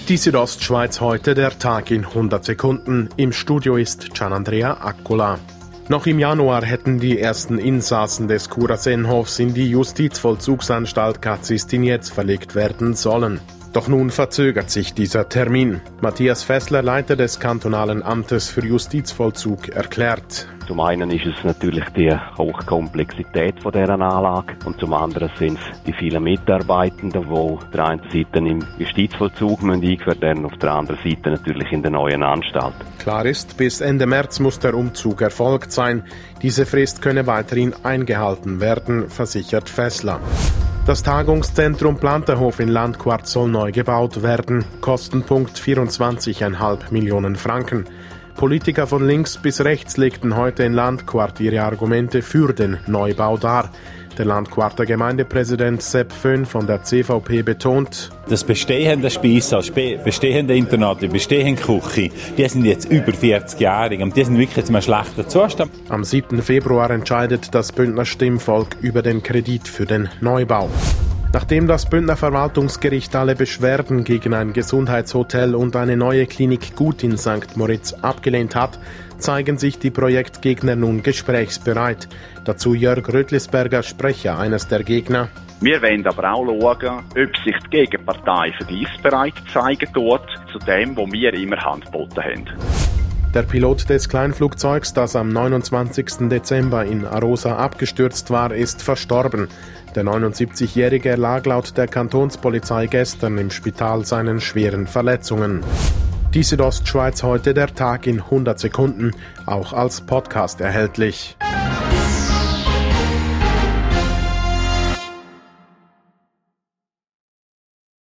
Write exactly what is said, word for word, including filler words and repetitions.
Die Südostschweiz heute, der Tag in hundert Sekunden. Im Studio ist Gianandrea Accola. Noch im Januar hätten die ersten Insassen des Cura-Seenhofs in die Justizvollzugsanstalt Katzistinetz verlegt werden sollen. Doch nun verzögert sich dieser Termin. Matthias Fessler, Leiter des kantonalen Amtes für Justizvollzug, erklärt: Zum einen ist es natürlich die hohe Komplexität von dieser Anlage und zum anderen sind es die vielen Mitarbeitenden, die auf der einen Seite im Justizvollzug eingeführt werden, auf der anderen Seite natürlich in der neuen Anstalt. Klar ist, bis Ende März muss der Umzug erfolgt sein. Diese Frist könne weiterhin eingehalten werden, versichert Fessler. Das Tagungszentrum Planterhof in Landquart soll neu gebaut werden. Kostenpunkt vierundzwanzig Komma fünf Millionen Franken. Politiker von links bis rechts legten heute in Landquart ihre Argumente für den Neubau dar. Der Landquarter Gemeindepräsident Sepp Föhn von der C V P betont: Das bestehende Speissaal, das bestehende Internat, die bestehende Küche, die sind jetzt über vierzig-jährig und die sind wirklich in einem schlechten Zustand. Am siebten Februar entscheidet das Bündner Stimmvolk über den Kredit für den Neubau. Nachdem das Bündner Verwaltungsgericht alle Beschwerden gegen ein Gesundheitshotel und eine neue Klinik Gut in Sankt Moritz abgelehnt hat, zeigen sich die Projektgegner nun gesprächsbereit. Dazu Jörg Rötlisberger, Sprecher eines der Gegner. Wir wollen aber auch schauen, ob sich die Gegenpartei vergleichsbereit zeigen tut zu dem, was wir immer angeboten haben. Der Pilot des Kleinflugzeugs, das am neunundzwanzigsten Dezember in Arosa abgestürzt war, ist verstorben. Der neunundsiebzigjährige erlag laut der Kantonspolizei gestern im Spital seinen schweren Verletzungen. Die Südostschweiz heute, der Tag in hundert Sekunden, auch als Podcast erhältlich.